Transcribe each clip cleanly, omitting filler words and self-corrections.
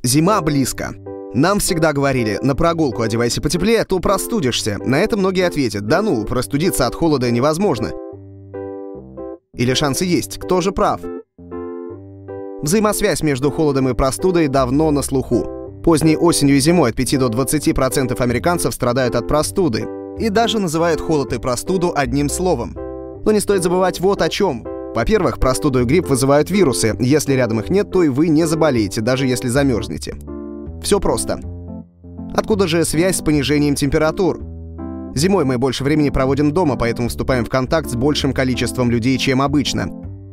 Зима близко. Нам всегда говорили: на прогулку одевайся потеплее, а то простудишься. На это многие ответят: да ну, простудиться от холода невозможно. Или шансы есть, кто же прав? Взаимосвязь между холодом и простудой давно на слуху. Поздней осенью и зимой от 5 до 20% американцев страдают от простуды. И даже называют холод и простуду одним словом. Но не стоит забывать вот о чем. Во-первых, простуду и грипп вызывают вирусы. Если рядом их нет, то и вы не заболеете, даже если замерзнете. Все просто. Откуда же связь с понижением температур? Зимой мы больше времени проводим дома, поэтому вступаем в контакт с большим количеством людей, чем обычно.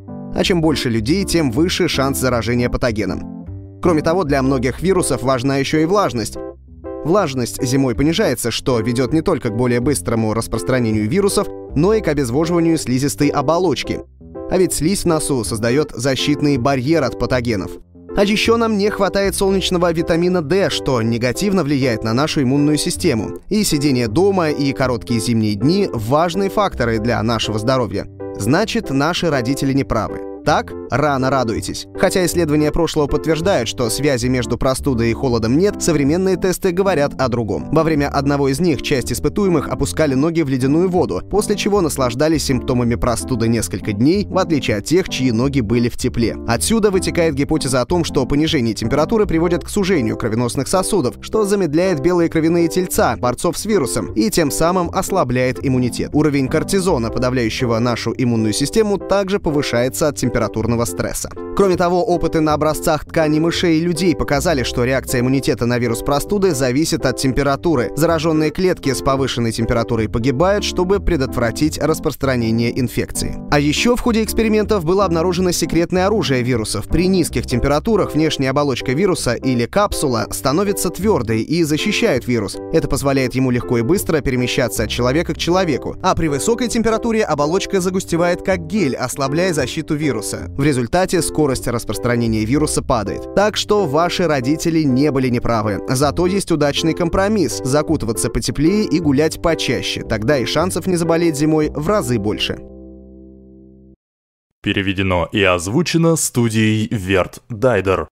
А чем больше людей, тем выше шанс заражения патогеном. Кроме того, для многих вирусов важна еще и влажность. Влажность зимой понижается, что ведет не только к более быстрому распространению вирусов, но и к обезвоживанию слизистой оболочки. А ведь слизь в носу создает защитный барьер от патогенов. А еще нам не хватает солнечного витамина D, что негативно влияет на нашу иммунную систему. И сидение дома, и короткие зимние дни – важные факторы для нашего здоровья. Значит, наши родители не правы. Так, рано радуйтесь. Хотя исследования прошлого подтверждают, что связи между простудой и холодом нет, современные тесты говорят о другом. Во время одного из них часть испытуемых опускали ноги в ледяную воду, после чего наслаждались симптомами простуды несколько дней, в отличие от тех, чьи ноги были в тепле. Отсюда вытекает гипотеза о том, что понижение температуры приводит к сужению кровеносных сосудов, что замедляет белые кровяные тельца, борцов с вирусом, и тем самым ослабляет иммунитет. Уровень кортизона, подавляющего нашу иммунную систему, также повышается от температурного стресса. Кроме того, опыты на образцах тканей мышей и людей показали, что реакция иммунитета на вирус простуды зависит от температуры. Зараженные клетки с повышенной температурой погибают, чтобы предотвратить распространение инфекции. А еще в ходе экспериментов было обнаружено секретное оружие вирусов. При низких температурах внешняя оболочка вируса или капсула становится твердой и защищает вирус. Это позволяет ему легко и быстро перемещаться от человека к человеку. А при высокой температуре оболочка загустевает как гель, ослабляя защиту вируса. В результате скорость распространения вируса падает. Так что ваши родители не были неправы. Зато есть удачный компромисс – закутываться потеплее и гулять почаще. Тогда и шансов не заболеть зимой в разы больше. Переведено и озвучено студией Верт Дайдер.